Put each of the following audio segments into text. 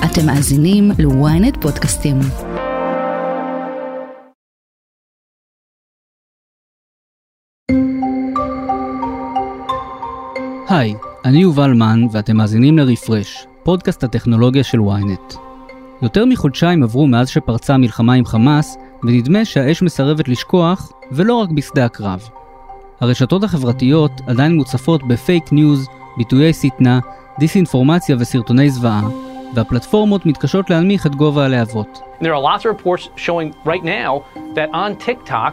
אתם מאזינים ל-ynet פודקאסטים. היי, אני יובל מן ואתם מאזינים לרפרש, פודקאסט הטכנולוגיה של ynet. יותר מחודשיים עברו מאז שפרצה המלחמה עם חמאס, ונדמה שהאש מסרבת לשכוח, ולא רק בשדה הקרב. הרשתות החברתיות עדיין מוצפות בפייק ניוז, ביטויי שטנה, דיסאינפורמציה וסרטוני זוועה, והפלטפורמות מתקשות להנמיך את גובה הלהבות. There are lots of reports showing right now that on TikTok,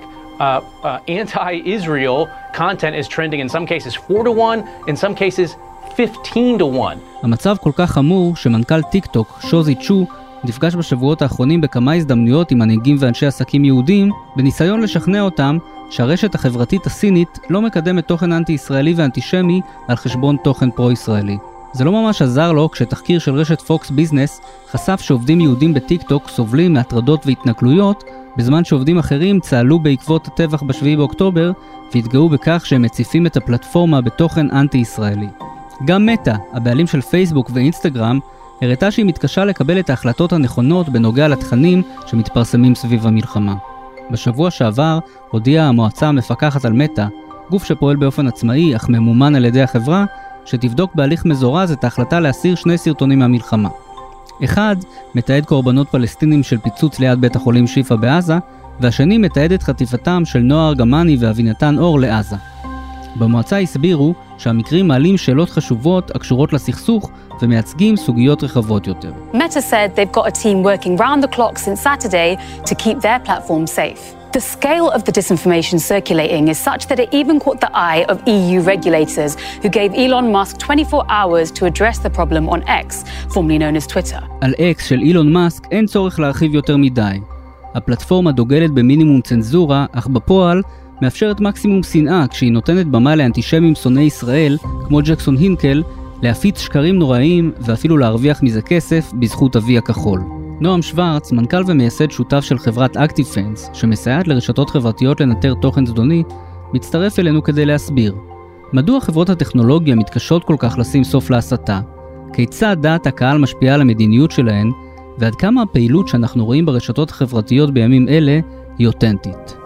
anti-Israel content is trending in some cases 4-1, in some cases 15-1. המצב כל כך חמור שמנכ"ל טיק טוק, שוזי צ'ו, נפגש בשבועות האחרונים בכמה הזדמנויות עם מנהיגים ואנשי עסקים יהודים, בניסיון לשכנע אותם שהרשת החברתית הסינית לא מקדמת תוכן אנטי-ישראלי ואנטישמי על חשבון תוכן פרו-ישראלי. זה לא ממש עזר לו כשתחקיר של רשת פוקס ביזנס חשף שעובדים יהודים בטיק טוק סובלים מהטרדות והתנכלויות, בזמן שעובדים אחרים צהלו בעקבות הטבח ב7 באוקטובר והתגאו בכך שהם מציפים את הפלטפורמה בתוכן אנטי-ישראלי. גם מטא, הבעלים של פייסבוק ואינסטגרם, הראתה שהיא מתקשה לקבל את ההחלטות הנכונות בנוגע לתכנים שמתפרסמים סביב המלחמה. בשבוע שעבר הודיעה המועצה המפקחת על מטא, גוף שפועל באופן עצמאי אך ממומן על ידי החברה, שתבדוק בהליך מזורז את ההחלטה להסיר שני סרטונים מהמלחמה. אחד מתעד קורבנות פלסטינים של פיצוץ ליד בית החולים שיפה בעזה, והשני מתעד את חטיפתם של נועה ארגמני ואבינתן אור לעזה. במועצה הסבירו שהמקרים מעלים שאלות חשובות הקשורות לסכסוך ומייצגים סוגיות רחבות יותר. Meta said they've got a team working round the clock since Saturday to keep their platform safe. The scale of the disinformation circulating is such that it even caught the eye of EU regulators who gave Elon Musk 24 hours to address the problem on X, formerly known as Twitter. על X של אילון מאסק אין צורך להרחיב יותר מדי. הפלטפורמה דוגלת במינימום צנזורה, אך בפועל מאפשרת מקסימום שנאה כשהיא נותנת במה לאנטישמים שונאי ישראל, כמו ג'קסון הינקל, להפיץ שקרים נוראיים ואפילו להרוויח מזה כסף בזכות אבי הכחול. נועם שוורץ, מנכ"ל ומייסד שותף של חברת אקטיב-פנס, שמסייעת לרשתות חברתיות לנטר תוכן זדוני, מצטרף אלינו כדי להסביר. מדוע חברות הטכנולוגיה מתקשות כל כך לשים סוף להסתה? כיצד דעת הקהל משפיעה על המדיניות שלהן? ועד כמה הפעילות שאנחנו רואים ברשתות החברתיות בימים אלה היא אותנטית?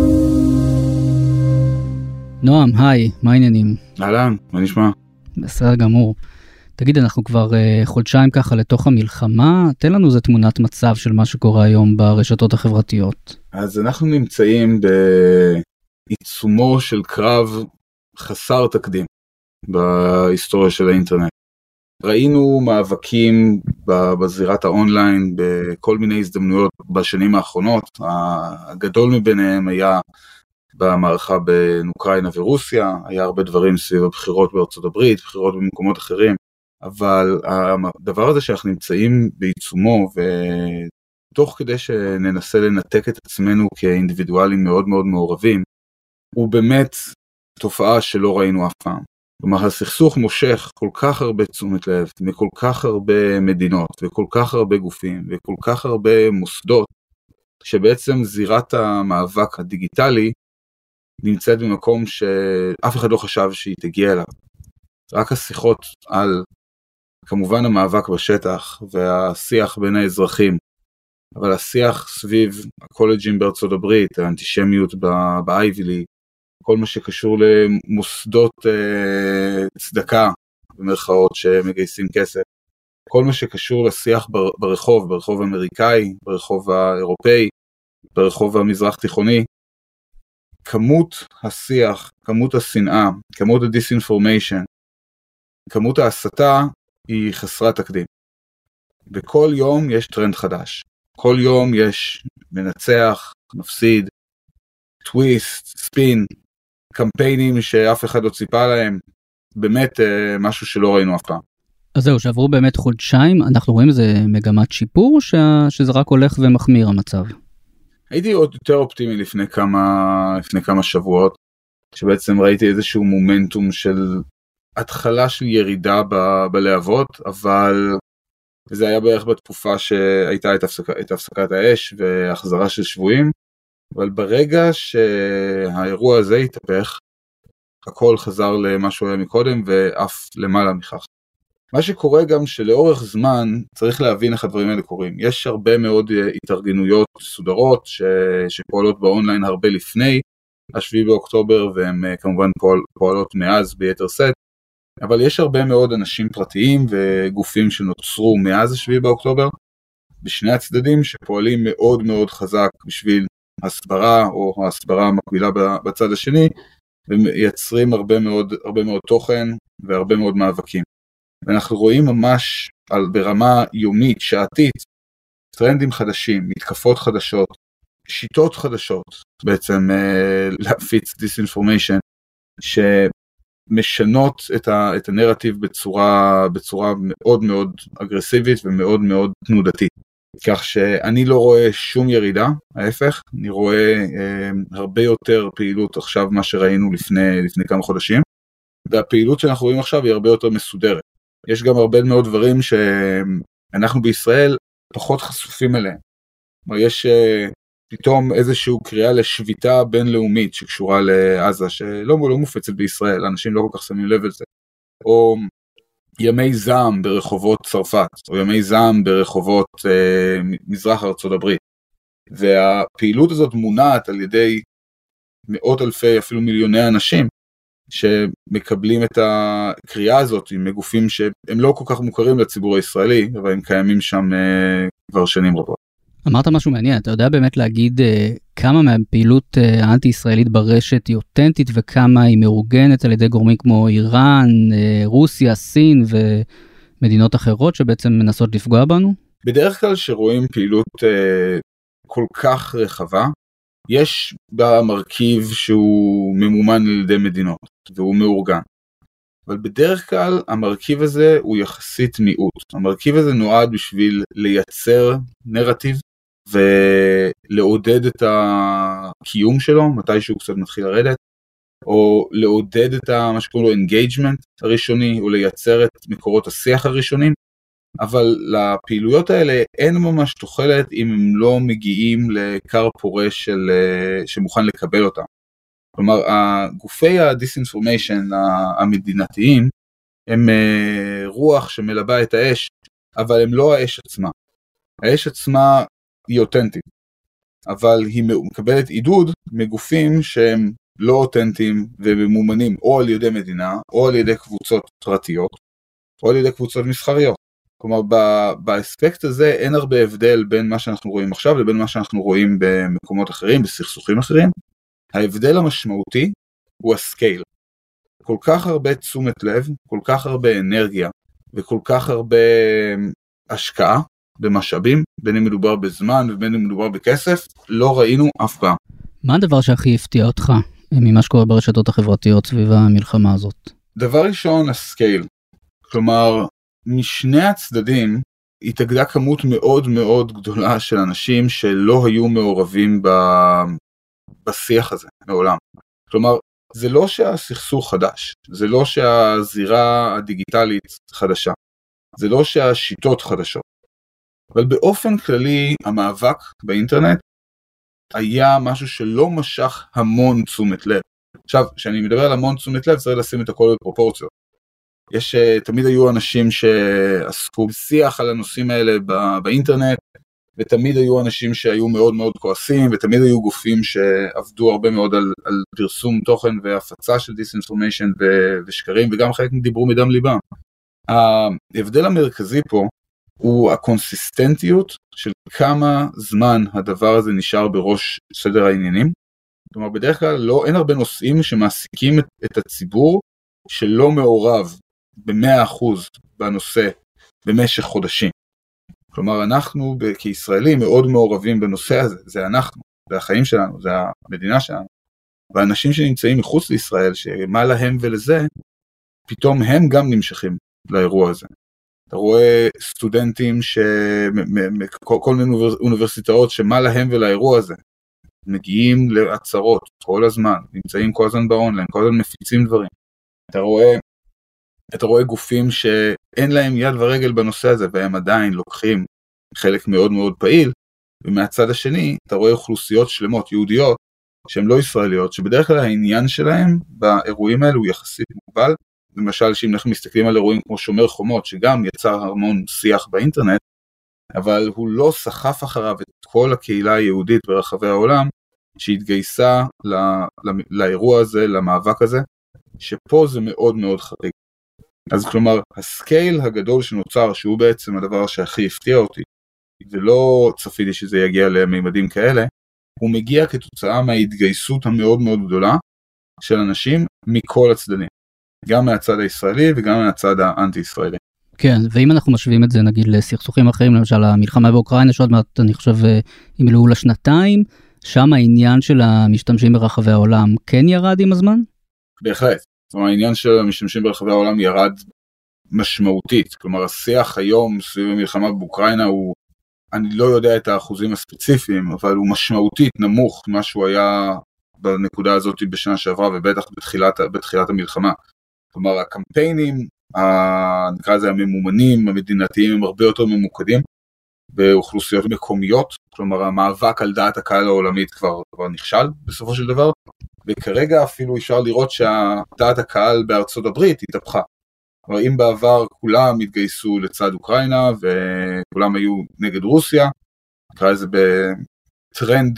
נועם, היי, מה העניינים? אהלן, מה נשמע? בסדר גמור. תגיד, אנחנו כבר חודשיים ככה לתוך המלחמה, תן לנו איזה תמונת מצב של מה שקורה היום ברשתות החברתיות. אז אנחנו נמצאים בעיצומו של קרב חסר תקדים בהיסטוריה של האינטרנט. ראינו מאבקים בזירת האונליין בכל מיני הזדמנויות בשנים האחרונות, הגדול מביניהם היה במערכה בין אוקראינה ורוסיה, היה הרבה דברים סביב הבחירות בארצות הברית, בחירות במקומות אחרים, אבל הדבר הזה שאנחנו נמצאים בעיצומו, ותוך כדי שננסה לנתק את עצמנו כאינדיבידואלים מאוד מאוד מעורבים, הוא באמת תופעה שלא ראינו אף פעם. כלומר, הסכסוך מושך כל כך הרבה תשומת לב, מכל כך הרבה מדינות, וכל כך הרבה גופים, וכל כך הרבה מוסדות, שבעצם זירת המאבק הדיגיטלי נמצאת במקום שאף אחד לא חשב שהיא תגיע אליו. רק השיחות על, כמובן, המאבק בשטח והשיח בין האזרחים, אבל השיח סביב הקולג'ים בארצות הברית, האנטישמיות באייבי ליג, כל מה שקשור למוסדות צדקה, במרכאות שמגייסים כסף, כל מה שקשור לשיח ברחוב האמריקאי, ברחוב האירופאי, ברחוב המזרח תיכוני, כמות השיח, כמות השנאה, כמות הדיסאינפורמיישן, כמות ההסתה היא חסרת תקדים. בכל יום יש טרנד חדש. כל יום יש מנצח, מפסיד, טוויסט, ספין, קמפיינים שאף אחד לא ציפה להם. באמת משהו שלא ראינו אף פעם. אז זהו, שעברו באמת חודשיים, אנחנו רואים איזה מגמת שיפור, שזה רק הולך ומחמיר המצב. הייתי עוד יותר אופטימי לפני כמה שבועות, שבעצם ראיתי איזשהו מומנטום של התחלה של ירידה בלהבות, אבל זה היה בערך בתקופה שהייתה את הפסקת האש והחזרה של שבויים, אבל ברגע שהאירוע הזה התהפך, הכל חזר למה שהוא היה מקודם ואף למעלה מכך. מה שקורה גם שלאורך זמן צריך להבין איך הדברים האלה קורים. יש הרבה מאוד התארגנויות סודרות שפועלות באונליין הרבה לפני השביעי באוקטובר, והן כמובן פועלות מאז ביתר סט, אבל יש הרבה מאוד אנשים פרטיים וגופים שנוצרו מאז השביעי באוקטובר, בשני הצדדים שפועלים מאוד מאוד חזק בשביל הסברה או ההסברה המקבילה בצד השני, ומייצרים הרבה מאוד תוכן והרבה מאוד מאבקים. ואנחנו רואים ממש ברמה יומית, שעתית, טרנדים חדשים, מתקפות חדשות, שיטות חדשות, בעצם להפיץ דיסאינפורמיישן, שמשנות את הנרטיב בצורה מאוד מאוד אגרסיבית ומאוד מאוד תנודתית. כך שאני לא רואה שום ירידה, ההפך, אני רואה הרבה יותר פעילות עכשיו מה שראינו לפני כמה חודשים, והפעילות שאנחנו רואים עכשיו היא הרבה יותר מסודרת. יש גם הרבה מאוד דברים שאנחנו בישראל פחות חשופים אליהם. יש פתאום איזושהי קריאה לשביתה בינלאומית שקשורה לעזה, שלא מופצת בישראל, אנשים לא כל כך שמים לב לזה. או ימי זעם ברחובות צרפת, או ימי זעם ברחובות מזרח ארצות הברית. והפעילות הזאת מונעת על ידי מאות אלפי, אפילו מיליוני אנשים, שמקבלים את הקריאה הזאת מגופים שהם לא כל כך מוכרים לציבור הישראלי, אבל הם קיימים שם כבר שנים רבות. אמרת משהו מעניין, אתה יודע באמת להגיד כמה מהפעילות האנטי-ישראלית ברשת היא אותנטית, וכמה היא מאורגנת על ידי גורמים כמו איראן, רוסיה, סין ומדינות אחרות שבעצם מנסות לפגוע בנו? בדרך כלל שרואים פעילות כל כך רחבה, יש במרכיב שהוא ממומן על ידי מדינות, והוא מאורגן. אבל בדרך כלל המרכיב הזה הוא יחסית מיעוט. המרכיב הזה נועד בשביל לייצר נרטיב, ולעודד את הקיום שלו, מתי שהוא קצת מתחיל לרדת, או לעודד את מה שקוראים לו engagement הראשוני, או לייצר את מקורות השיח הראשונים, אבל לפעילויות האלה אין ממש תוחלת אם הם לא מגיעים לקר פורה שמוכן לקבל אותם. כלומר, גופי הדיסאינפורמיישן המדינתיים הם רוח שמלבה את האש, אבל הם לא האש עצמה. האש עצמה היא אותנטית, אבל היא מקבלת עידוד מגופים שהם לא אותנטיים וממומנים או על ידי מדינה, או על ידי קבוצות פרטיות, או על ידי קבוצות מסחריות. כלומר, באספקט הזה אין הרבה הבדל בין מה שאנחנו רואים עכשיו לבין מה שאנחנו רואים במקומות אחרים, בסכסוכים אחרים. ההבדל המשמעותי הוא הסקייל. כל כך הרבה תשומת לב, כל כך הרבה אנרגיה, וכל כך הרבה השקעה במשאבים, בין אם מדובר בזמן ובין אם מדובר בכסף, לא ראינו אף פעם. מה הדבר שהכי הפתיע אותך ממה שקורה ברשתות החברתיות סביב המלחמה הזאת? דבר ראשון, הסקייל. כלומר, משני הצדדים התאגדה כמות מאוד מאוד גדולה של אנשים שלא היו מעורבים בשיח הזה מעולם. כלומר, זה לא שהסכסוך חדש, זה לא שהזירה הדיגיטלית חדשה, זה לא שהשיטות חדשות, אבל באופן כללי המאבק באינטרנט היה משהו שלא משך המון תשומת לב. עכשיו, כשאני מדבר על המון תשומת לב, צריך לשים את הכל בפרופורציות. תמיד היו אנשים שעסקו בשיח על הנושאים האלה באינטרנט, ותמיד היו אנשים שהיו מאוד מאוד כועסים, ותמיד היו גופים שעבדו הרבה מאוד על פרסום תוכן והפצה של דיסאינפורמיישן ושקרים, וגם חלק דיברו מדם ליבם. ההבדל המרכזי פה הוא הקונסיסטנטיות של כמה זמן הדבר הזה נשאר בראש סדר העניינים. כלומר, בדרך כלל אין הרבה נושאים שמעסיקים את הציבור שלא מעורב ב100% בנושא במשך חודשים. כלומר, אנחנו כישראלים מאוד מעורבים בנושא הזה, זה אנחנו, זה החיים שלנו, זה המדינה שלנו. והאנשים שנמצאים מחוץ לישראל, שמה להם ולזה, פתאום הם גם נמשכים לאירוע הזה. אתה רואה סטודנטים, כל מיני אוניברסיטאות, שמה להם ולאירוע הזה, מגיעים לעצרות כל הזמן, נמצאים כל הזמן באונליין, כל הזמן מפיצים דברים. אתה רואה גופים שאין להם יד ורגל בנושא הזה, והם עדיין לוקחים חלק מאוד מאוד פעיל, ומהצד השני, אתה רואה אוכלוסיות שלמות, יהודיות, שהן לא ישראליות, שבדרך כלל העניין שלהם באירועים האלו הוא יחסית מוגבל, למשל שאם אנחנו מסתכלים על אירועים כמו שומר חומות, שגם יצר המון שיח באינטרנט, אבל הוא לא סחף אחריו את כל הקהילה היהודית ברחבי העולם, שהתגייסה לאירוע הזה, למאבק הזה, שפה זה מאוד מאוד חריג. אז כלומר, הסקייל הגדול שנוצר, שהוא בעצם הדבר שהכי הפתיע אותי, ולא צפיתי שזה יגיע לממדים כאלה, הוא מגיע כתוצאה מההתגייסות המאוד מאוד גדולה של אנשים מכל הצדדים, גם מהצד הישראלי וגם מהצד האנטי-ישראלי. כן, ואם אנחנו משווים את זה נגיד לסכסוכים אחרים, למשל המלחמה באוקראינה, שעוד מעט אני חושב ימלאו לה שנתיים, שם העניין של המשתמשים ברחבי העולם כן ירד עם הזמן? בהחלט. זאת אומרת, העניין של המשתמשים ברחבי העולם ירד משמעותית. כלומר, השיח היום סביב המלחמה באוקראינה הוא, אני לא יודע את האחוזים הספציפיים, אבל הוא משמעותית נמוך מה שהוא היה בנקודה הזאת בשנה שעברה, ובטח בתחילת המלחמה. כלומר, הקמפיינים, נקרא לזה הממומנים, המדינתיים, הם הרבה יותר ממוקדים באוכלוסיות מקומיות. כלומר, המאבק על דעת הקהל העולמית כבר נכשל בסופו של דבר, וכרגע אפילו אפשר לראות שדעת הקהל בארצות הברית התהפכה. כלומר, אם בעבר כולם התגייסו לצד אוקראינה, וכולם היו נגד רוסיה, נקרא לזה בטרנד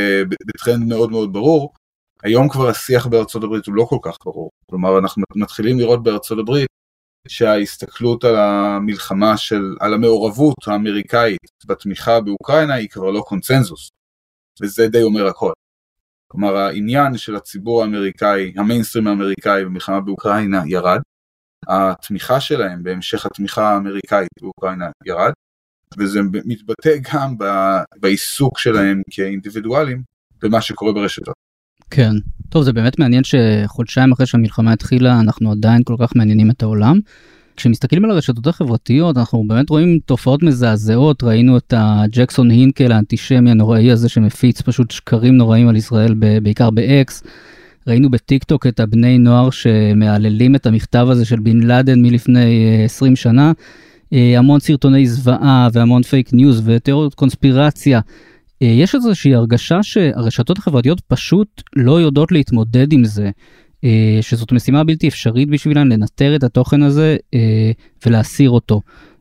מאוד מאוד ברור, היום כבר השיח בארצות הברית הוא לא כל כך ברור. כלומר, אנחנו מתחילים לראות בארצות הברית, שההסתכלות על המלחמה על המעורבות האמריקאית בתמיכה באוקראינה היא כבר לא קונצנזוס, וזה די אומר הכל. כלומר, העניין של הציבור האמריקאי, המיינסטרים האמריקאי במלחמה באוקראינה ירד, התמיכה שלהם בהמשך התמיכה האמריקאית באוקראינה ירד, וזה מתבטא גם בעיסוק שלהם כאינדיבידואלים במה שקורה ברשתות. כן, טוב, זה באמת מעניין שחודשיים אחרי שהמלחמה התחילה, אנחנו עדיין כל כך מעניינים את העולם. כשמסתכלים על הרשתות החברתיות, אנחנו באמת רואים תופעות מזעזעות, ראינו את הג'קסון הינקל האנטישמי הנוראי הזה שמפיץ פשוט שקרים נוראים על ישראל, בעיקר באקס. ראינו בטיקטוק את הבני נוער שמעללים את המכתב הזה של בן לאדן מלפני 20 שנה, המון סרטוני זוועה והמון פייק ניוז ותיאוריות קונספירציה. יש איזושהי הרגשה שהרשתות החברתיות פשוט לא יודעות להתמודד עם זה, שזאת משימה בלתי אפשרית בשבילן לנטר את התוכן הזה ולהסיר אותו.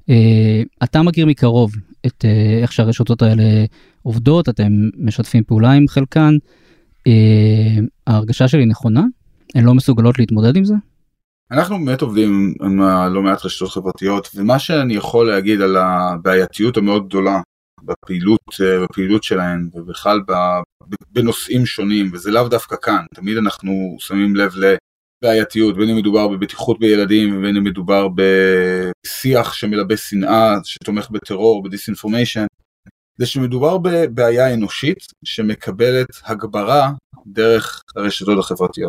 אתה מכיר מקרוב את איך שהרשתות האלה עובדות, אתם משתפים פעולה עם חלקן. ההרגשה שלי נכונה? הן לא מסוגלות להתמודד עם זה? אנחנו באמת עובדים עם לא מעט רשתות חברתיות, ומה שאני יכול להגיד על הבעייתיות המאוד גדולה בפעילות שלהן, ובכלל בנושאים שונים, וזה לאו דווקא כאן, תמיד אנחנו שמים לב לבעייתיות, בין אם מדובר בבטיחות בילדים, ובין אם מדובר בשיח שמלבה שנאה, שתומך בטרור, בדיסאינפורמיישן, זה שמדובר בבעיה אנושית, שמקבלת הגברה דרך הרשתות החברתיות.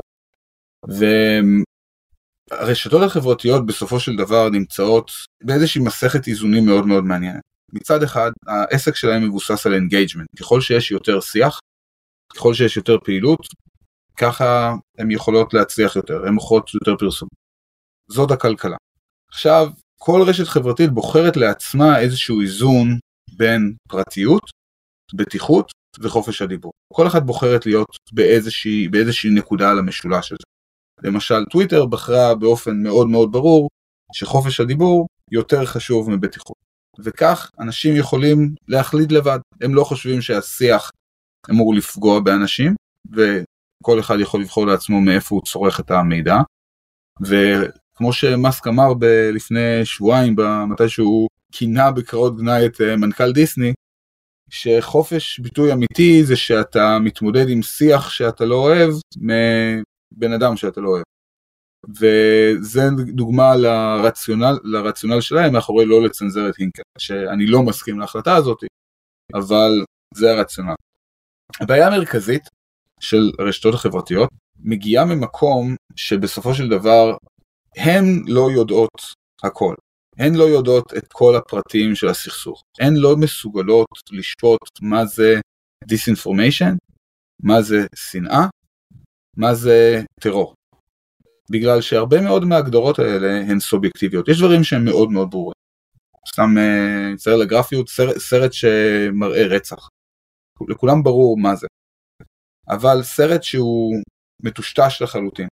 והרשתות החברתיות בסופו של דבר נמצאות באיזושהי מסכת איזונים מאוד מאוד מעניינת. מצד אחד, העסק שלהם מבוסס על אינגייג'מנט. ככל שיש יותר שיח, ככל שיש יותר פעילות, ככה הן יכולות להצליח יותר, הן מוכרות יותר פרסום. זאת הכלכלה. עכשיו, כל רשת חברתית בוחרת לעצמה איזשהו איזון בין פרטיות, בטיחות וחופש הדיבור. כל אחד בוחרת להיות באיזושהי נקודה על המשולש הזה. למשל, טוויטר בחרה באופן מאוד מאוד ברור, שחופש הדיבור יותר חשוב מבטיחות. וכך אנשים יכולים להחליט לבד. הם לא חושבים שהשיח אמור לפגוע באנשים, וכל אחד יכול לבחור לעצמו מאיפה הוא צורך את המידע. וכמו שמאסק אמר לפני שבועיים, מתי שהוא כינה בקריאות גנאי את מנכ"ל דיסני, שחופש ביטוי אמיתי זה שאתה מתמודד עם שיח שאתה לא אוהב, מבן אדם שאתה לא אוהב. וזה דוגמה לרציונל שלהם, מאחורי לא לצנזר את הינקל, שאני לא מסכים להחלטה הזאת, אבל זה הרציונל. הבעיה המרכזית של הרשתות החברתיות מגיעה ממקום שבסופו של דבר הן לא יודעות הכל. הן לא יודעות את כל הפרטים של הסכסוך. הן לא מסוגלות לשפוט מה זה דיסאינפורמיישן, מה זה שנאה, מה זה טרור. בגלל שהרבה מאוד מההגדרות האלה הן סובייקטיביות. יש דברים שהם מאוד מאוד ברורים. סתם צייר לגרפיות, סרט שמראה רצח. לכולם ברור מה זה. אבל סרט שהוא מטושטש לחלוטין.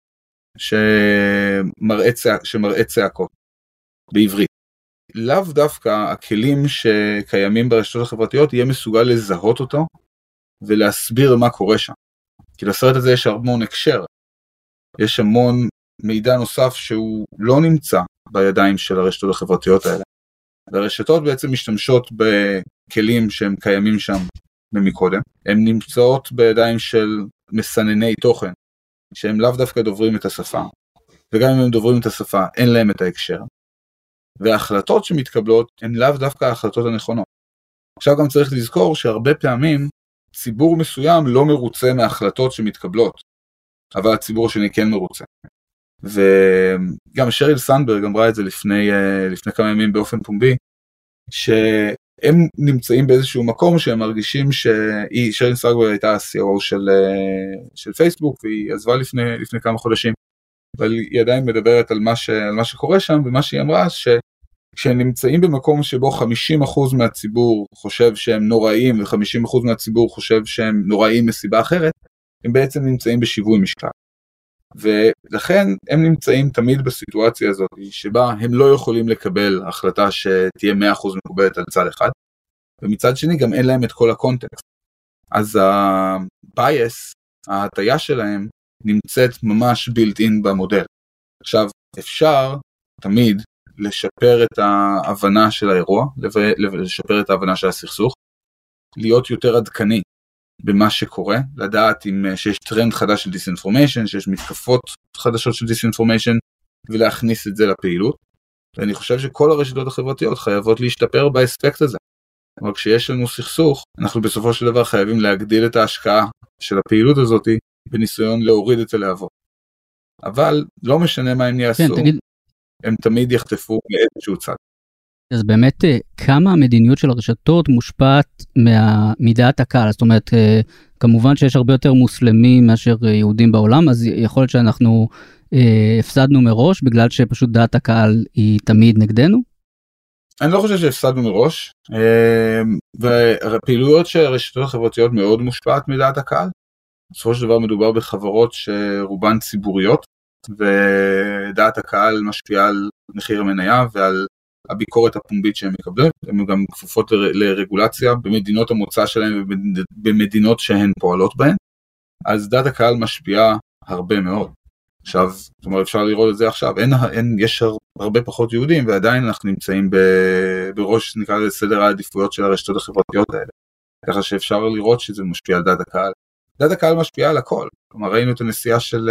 שמראה צעקות בעברית. לאו דווקא הכלים שקיימים ברשתות החברתיות יהיה מסוגל לזהות אותו ולהסביר מה קורה שם. כי לסרט הזה יש המון הקשר. יש המון מידע נוסף שהוא לא נמצא בידיים של הרשתות החברתיות האלה. והרשתות בעצם משתמשות בכלים שהם קיימים שם ממקודם. הן נמצאות בידיים של מסנני תוכן, שהם לאו דווקא דוברים את השפה. וגם אם הם דוברים את השפה, אין להם את ההקשר. וההחלטות שמתקבלות הן לאו דווקא ההחלטות הנכונות. עכשיו גם צריך לזכור שהרבה פעמים ציבור מסוים לא מרוצה מההחלטות שמתקבלות, אבל הציבור השני כן מרוצה. וגם שריל סנדברג אמרה את זה לפני כמה ימים באופן פומבי, שהם נמצאים באיזשהו מקום שהם מרגישים שריל סנדברג הייתה ה-CEO של פייסבוק, והיא עזבה לפני כמה חודשים, אבל היא עדיין מדברת על מה שקורה שם, ומה שהיא אמרה שהם נמצאים במקום שבו 50% מהציבור חושב שהם נוראים, ו50% מהציבור חושב שהם נוראים מסיבה אחרת, הם בעצם נמצאים בשיווי משקל. ולכן הם נמצאים תמיד בסיטואציה הזאת, שבה הם לא יכולים לקבל החלטה שתהיה 100% מקובלת על צד אחד, ומצד שני גם אין להם את כל הקונטקסט. אז הבייס, ההטיה שלהם, נמצאת ממש built in במודל. עכשיו, אפשר תמיד לשפר את ההבנה של האירוע, לשפר את ההבנה של הסכסוך, להיות יותר עדכני במה שקורה, לדעת שיש טרנד חדש של דיסאינפורמיישן, שיש מתקפות חדשות של דיסאינפורמיישן, ולהכניס את זה לפעילות. ואני חושב שכל הרשתות החברתיות חייבות להשתפר באספקט הזה. אבל כשיש לנו סכסוך, אנחנו בסופו של דבר חייבים להגדיל את ההשקעה של הפעילות הזאת, בניסיון להוריד את הלהבות. אבל לא משנה מה הם יעשו, הם תמיד יחטפו מאיזשהו צד. אז באמת כמה המדיניות של הרשתות מושפעת מדעת הקהל? זאת אומרת, כמובן שיש הרבה יותר מוסלמים מאשר יהודים בעולם, אז יכול להיות שאנחנו הפסדנו מראש, בגלל שפשוט דעת הקהל היא תמיד נגדנו? אני לא חושב שהפסדנו מראש, והפעילויות של הרשתות החברתיות מאוד מושפעת מדעת הקהל. בסופו של דבר מדובר בחברות שרובן ציבוריות, ודעת הקהל משפיעה על מחיר המניה ועל הביקורת הפומבית שהם מקבלים. הן גם כפופות לרגולציה במדינות המוצא שלהם ובמדינות שהן פועלות בהן. אז דעת הקהל משפיעה הרבה מאוד. עכשיו, זאת אומרת, אפשר לראות את זה עכשיו. יש הרבה פחות יהודים, ועדיין אנחנו נמצאים בראש, נקרא לזה, סדר העדיפויות של הרשתות החברתיות האלה. ככה שאפשר לראות שזה משפיע על דעת הקהל. דעת הקהל משפיעה על הכל. כלומר, ראינו את הנסיעה של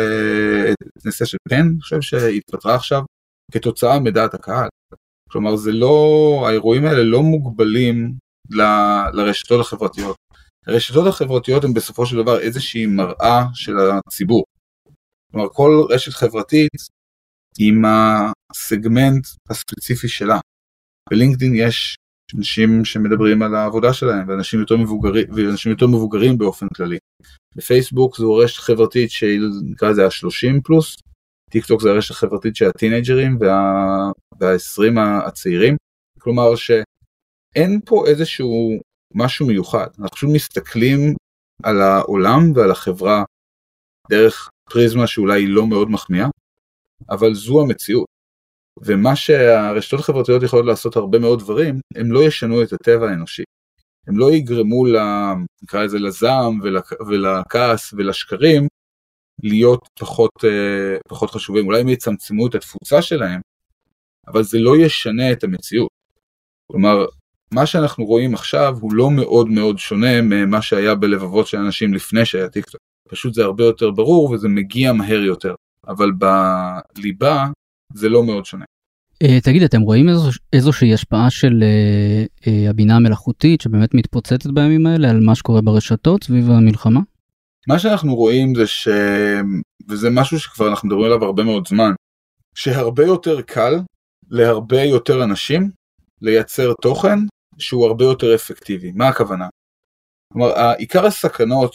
פן, אני חושב שהתפטרה עכשיו, כתוצאה מדעת הקהל. כלומר, האירועים האלה לא מוגבלים לרשתות החברתיות. הרשתות החברתיות הן בסופו של דבר איזושהי מראה של הציבור. כלומר, כל רשת חברתית עם הסגמנט הספציפי שלה. בלינקדין יש אנשים שמדברים על העבודה שלהם, ואנשים יותר מבוגרים באופן כללי. בפייסבוק זו רשת חברתית שנקרא זה ה-30 פלוס, טיק טוק זה הרשת חברתית של הטינג'רים וה-20 הצעירים, כלומר שאין פה איזשהו משהו מיוחד, אנחנו פשוט מסתכלים על העולם ועל החברה דרך פריזמה שאולי היא לא מאוד מחמיאה, אבל זו המציאות. ומה שהרשתות החברתיות יכולות לעשות הרבה מאוד דברים, הם לא ישנו את הטבע האנושי. הם לא יגרמו נקרא לזה לזעם ולכעס ולשקרים, להיות פחות חשובים. אולי הם יצמצמו את התפוצה שלהם, אבל זה לא ישנה את המציאות. כלומר, מה שאנחנו רואים עכשיו הוא לא מאוד מאוד שונה ממה שהיה בלבבות של אנשים לפני שהיה טיקטוק. פשוט זה הרבה יותר ברור וזה מגיע מהר יותר. אבל בליבה זה לא מאוד שונה. תגיד, אתם רואים איזושהי השפעה של הבינה המלאכותית שבאמת מתפוצצת בימים האלה על מה שקורה ברשתות סביב המלחמה? מה שאנחנו רואים זה וזה משהו שכבר אנחנו מדברים עליו הרבה מאוד זמן, שהרבה יותר קל להרבה יותר אנשים לייצר תוכן שהוא הרבה יותר אפקטיבי. מה הכוונה? כלומר, עיקר הסכנות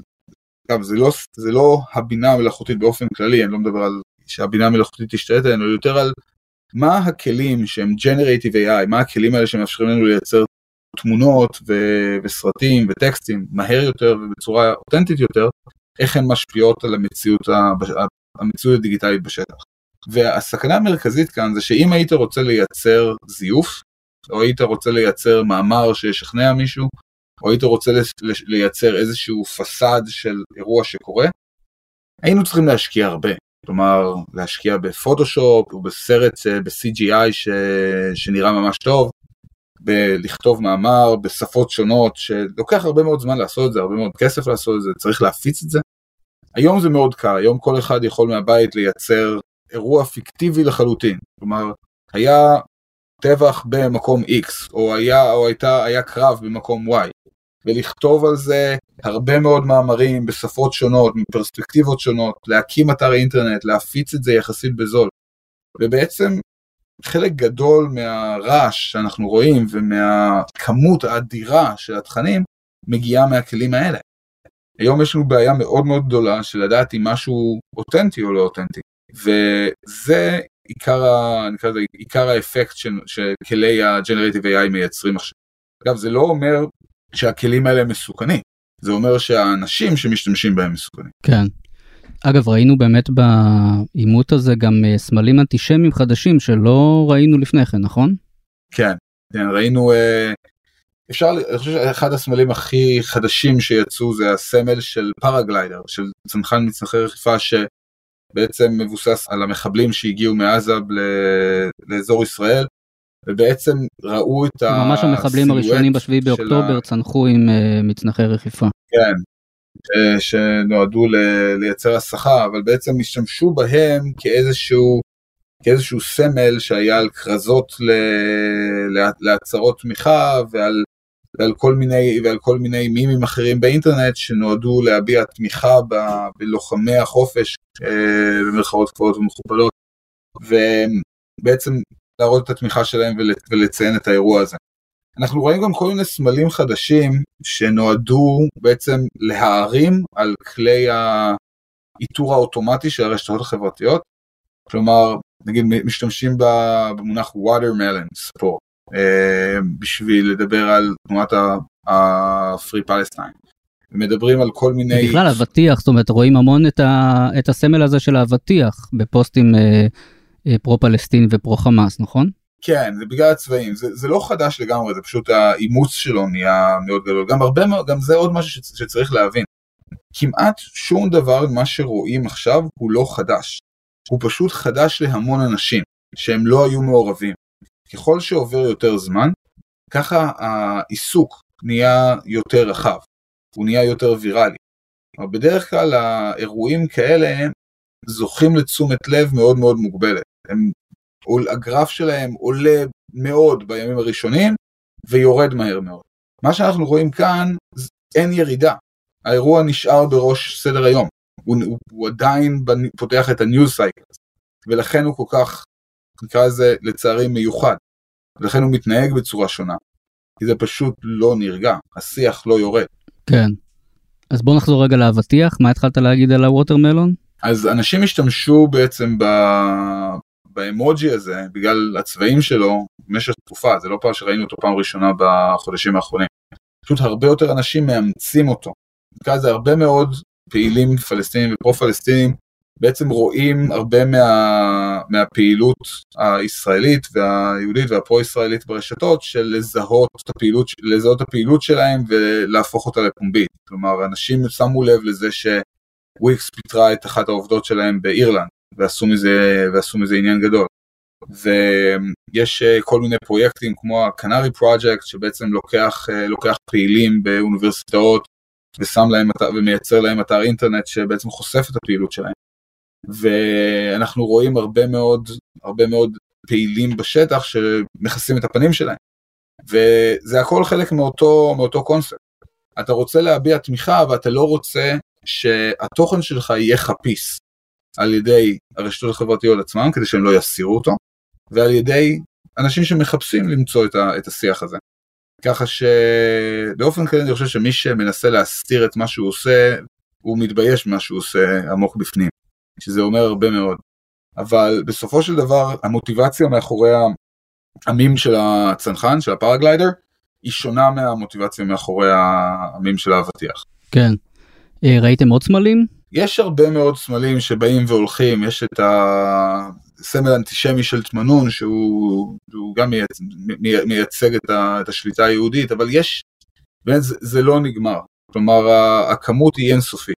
זה לא הבינה המלאכותית באופן כללי, אני לא מדבר על שהבינה המלאכותית תשתלט עלינו, אלא יותר על מה הכלים שהם Generative AI, מה הכלים האלה שמאפשרים לנו לייצר תמונות וסרטים וטקסטים מהר יותר ובצורה אותנטית יותר, איך הן משפיעות על המציאות המציאות הדיגיטלית בשטח. והסכנה המרכזית כאן זה שאם היית רוצה לייצר זיוף, או היית רוצה לייצר מאמר שישכנע מישהו, או היית רוצה לייצר איזשהו פסד של אירוע שקורה, היינו צריכים להשקיע הרבה. כלומר, להשקיע בפוטושופ, או בסרט ב-CGI שנראה ממש טוב, בלכתוב מאמר, בשפות שונות, שלוקח הרבה מאוד זמן לעשות את זה, הרבה מאוד כסף לעשות את זה, צריך להפיץ את זה. היום זה מאוד קל, היום כל אחד יכול מהבית לייצר אירוע פיקטיבי לחלוטין. כלומר, היה טבח במקום X, או היה קרב במקום Y, ולכתוב על זה הרבה מאוד מאמרים בשפות שונות, מפרספקטיבות שונות, להקים אתר אינטרנט, להפיץ את זה יחסית בזול. ובעצם חלק גדול מהרעש שאנחנו רואים ומהכמות האדירה של התכנים מגיעה מהכלים האלה. היום יש לנו בעיה מאוד מאוד גדולה של לדעת אם משהו אותנטי או לא אותנטי. וזה עיקר האפקט שכלי ה-Generative AI מייצרים עכשיו. אגב, זה לא אומר שהכלים האלה מסוכנים, זה אומר שהאנשים שמשתמשים בהם מסוכנים. כן. אגב, ראינו באמת באימות הזה גם סמלים אנטישמיים חדשים שלא ראינו לפני כן, נכון? כן, ראינו, אני חושב שאחד הסמלים הכי חדשים שיצאו זה הסמל של פארגליידר, של צנחן מצנחי רכיפה שבעצם מבוסס על המחבלים שהגיעו מעזה לאזור ישראל, ובעצם ראו את ממש המחבלים הראשונים בשביעי באוקטובר צנחו עם מצנחי רכיפה. כן, שנועדו לייצר הסחה, אבל בעצם השתמשו בהם כאיזשהו סמל שהיה על כרזות להצהרות תמיכה ועל כל מיני מימים אחרים באינטרנט שנועדו להביע תמיכה בלוחמי החופש במרכאות כפולות ומכופלות, ובעצם להראות את התמיכה שלהם ולציין את האירוע הזה. אנחנו רואים גם כל מיני סמלים חדשים שנועדו בעצם להערים על כלי האיתור האוטומטי של הרשתות החברתיות. כלומר, נגיד משתמשים במונח watermelons פה, בשביל לדבר על תנועת ה-Free Palestine. מדברים על כל מיני... בכלל אבטיח, זאת אומרת, רואים המון את הסמל הזה של האבטיח בפוסטים פרו-פלסטין ופרו-חמאס, נכון? כן, זה בגלל הצבעים, זה לא חדש לגמרי, זה פשוט האימוץ שלו נהיה מאוד גדול, גם זה עוד משהו שצריך להבין, כמעט שום דבר מה שרואים עכשיו הוא לא חדש, הוא פשוט חדש להמון אנשים, שהם לא היו מעורבים, ככל שעובר יותר זמן, ככה העיסוק נהיה יותר רחב, הוא נהיה יותר ויראלי, אבל בדרך כלל האירועים כאלה זוכים לתשומת לב מאוד מאוד מוגבלת, הגרף שלהם עולה מאוד בימים הראשונים ויורד מהר מאוד. מה שאנחנו רואים כאן, אין ירידה. האירוע נשאר בראש סדר היום. הוא עדיין פותח את הניוז סייקל. ולכן הוא כל כך, נקרא לזה לצערי מיוחד. ולכן הוא מתנהג בצורה שונה. כי זה פשוט לא נרגע. השיח לא יורד. כן. אז בוא נחזור רגע לאבטיח. מה התחלת להגיד על הווטרמלון? אז אנשים השתמשו בעצם באמוג'י הזה, בגלל הצבעים שלו, במשך תקופה, זה לא פעם שראינו אותו פעם ראשונה בחודשים האחרונים. פשוט הרבה יותר אנשים מאמצים אותו. זה הרבה מאוד פעילים פלסטינים ופרו-פלסטינים, בעצם רואים הרבה מהפעילות הישראלית והיהודית והפרו-ישראלית ברשתות, של לזהות את הפעילות שלהם ולהפוך אותה לפומבית. כלומר, אנשים שמו לב לזה שוויקס פיטרה את אחת העובדות שלהם באירלנד, ועשו מזה עניין גדול. ויש כל מיני פרויקטים כמו ה-Canary Project, שבעצם לוקח פעילים באוניברסיטאות, ומייצר להם אתר אינטרנט שבעצם חושף את הפעילות שלהם. ואנחנו רואים הרבה מאוד פעילים בשטח שמכסים את הפנים שלהם. וזה הכל חלק מאותו קונספט. אתה רוצה להביע תמיכה, ואתה לא רוצה שהתוכן שלך יהיה חפיס. על ידי הרשתות החברתיות עצמם, כדי שהם לא יסירו אותו, ועל ידי אנשים שמחפשים למצוא את השיח הזה. ככה שבאופן כזה אני חושב שמי שמנסה להסתיר את מה שהוא עושה, הוא מתבייש מה שהוא עושה עמוק בפנים, שזה אומר הרבה מאוד. אבל בסופו של דבר, המוטיבציה מאחורי המים של הצנחן, של הפארגליידר, היא שונה מהמוטיבציה מאחורי המים של האבטיח. כן. ראיתם עוד סמלים? יש הרבה מאוד סמלים שבאים והולכים, יש את הסמל אנטישמי של תמנון, שהוא גם מייצג את השליטה היהודית, אבל באמת זה לא נגמר, כלומר הכמות היא אינסופית,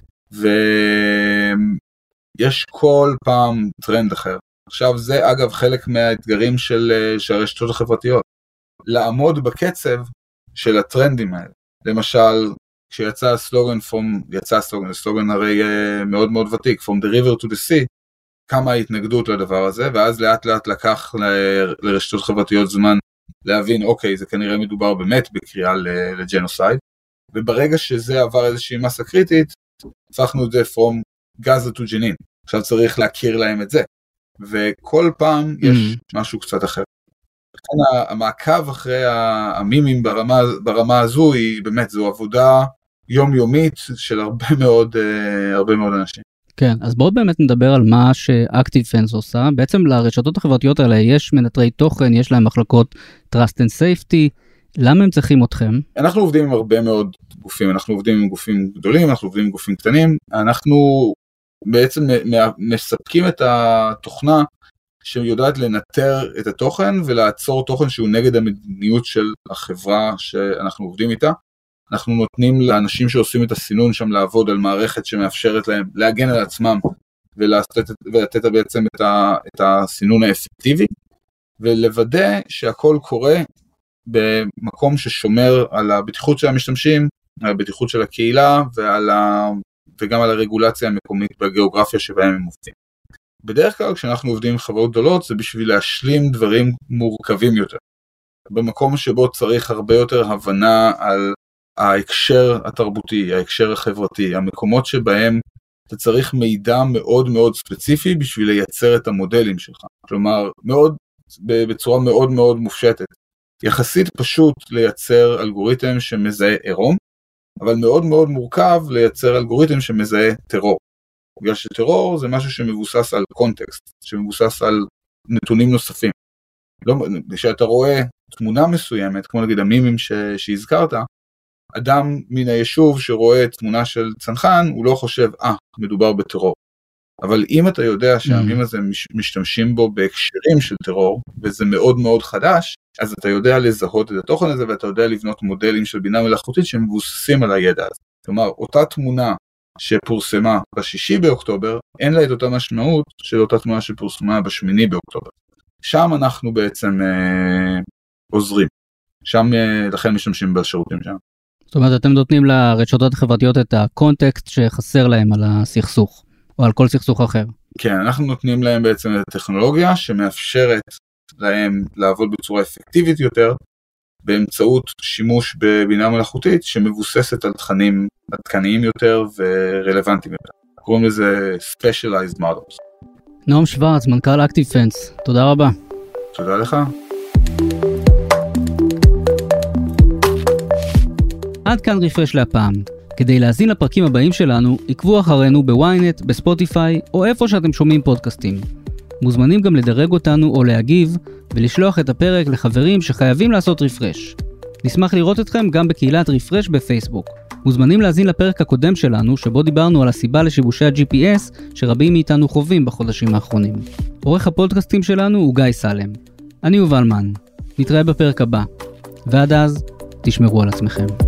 ויש כל פעם טרנד אחר. עכשיו זה אגב חלק מהאתגרים של הרשתות החברתיות, לעמוד בקצב של הטרנדים האלה. למשל, כשיצא הסלוגן, הסלוגן הרי מאוד מאוד ותיק, From the river to the sea, כמה ההתנגדות לדבר הזה, ואז לאט לאט לקח לרשתות חברתיות זמן להבין, אוקיי, זה כנראה מדובר באמת בקריאה לג'נוסייד, וברגע שזה עבר איזושהי מסה קריטית, הפכנו את זה From Gaza to Jenin, עכשיו צריך להכיר להם את זה, וכל פעם יש משהו קצת אחר. לכן המעקב אחרי המימים ברמה הזו היא באמת, זו עבודה יומיומית של הרבה מאוד אנשים. כן, אז בואו באמת נדבר על מה ש-ActiveFans עושה. בעצם לרשתות החברתיות האלה יש מנטרי תוכן, יש להם מחלקות Trust and Safety, למה הם צריכים אתכם? אנחנו עובדים עם הרבה מאוד גופים, אנחנו עובדים עם גופים גדולים, אנחנו עובדים עם גופים קטנים, אנחנו בעצם מספקים את התוכנה שיודעת לנטר את התוכן ולעצור תוכן שהוא נגד המדיניות של החברה שאנחנו עובדים איתה. אנחנו נותנים לאנשים שעושים את הסינון שם לעבוד על מערכת שמאפשרת להם להגן על עצמם ולתת בעצם את הסינון האפקטיבי, ולוודא שהכל קורה במקום ששומר על הבטיחות של המשתמשים, על הבטיחות של הקהילה וגם על הרגולציה המקומית והגיאוגרפיה שבהם הם עובדים. בדרך כלל כשאנחנו עובדים עם חברות גדולות זה בשביל להשלים דברים מורכבים יותר. במקום שבו צריך הרבה יותר הבנה על ההקשר התרבותי, ההקשר החברתי, המקומות שבהם אתה צריך מידע מאוד מאוד ספציפי בשביל לייצר את המודלים שלך. כלומר, בצורה מאוד מאוד מופשטת. יחסית פשוט לייצר אלגוריתם שמזהה עירום, אבל מאוד מאוד מורכב לייצר אלגוריתם שמזהה טרור. בגלל שטרור זה משהו שמבוסס על קונטקסט, שמבוסס על נתונים נוספים. כשאתה רואה תמונה מסוימת, כמו נגיד המימים שהזכרת, אדם מן היישוב שרואה תמונה של צנחן, הוא לא חושב, מדובר בטרור. אבל אם אתה יודע שהמים הזה משתמשים בו בהקשרים של טרור, וזה מאוד מאוד חדש, אז אתה יודע לזהות את התוכן הזה, ואתה יודע לבנות מודלים של בינה מלאכותית שמבוססים על הידע הזה. כלומר, אותה תמונה שפורסמה ב6 באוקטובר, אין לה את אותה משמעות של אותה תמונה שפורסמה ב8 באוקטובר. שם אנחנו בעצם עוזרים. שם לכן משתמשים בשירותים שם. זאת אומרת, אתם נותנים לרשתות החברתיות את הקונטקסט שחסר להם על הסכסוך, או על כל סכסוך אחר. כן, אנחנו נותנים להם בעצם את הטכנולוגיה שמאפשרת להם לעבוד בצורה אפקטיבית יותר, באמצעות שימוש בבינה מלאכותית שמבוססת על תכנים עדכניים יותר ורלוונטיים יותר. קוראים לזה Specialized Models. נועם שוורץ, מנכ"ל ActiveFans, תודה רבה. תודה לך. עד כאן רפרש להפעם. כדי להזין לפרקים הבאים שלנו, עקבו אחרינו בוויינט, בספוטיפיי או איפה שאתם שומעים פודקאסטים. מוזמנים גם לדרג אותנו או להגיב ולשלוח את הפרק לחברים שחייבים לעשות רפרש. נשמח לראות אתכם גם בקהילת רפרש בפייסבוק. מוזמנים להזין לפרק הקודם שלנו שבו דיברנו על הסיבה לשיבושי ה-GPS שרבים מאיתנו חווים בחודשים האחרונים. עורך הפודקאסטים שלנו הוא גיא סלם. אני יובל מן. נתראה בפרק הבא. ועד אז, תשמרו על עצמכם.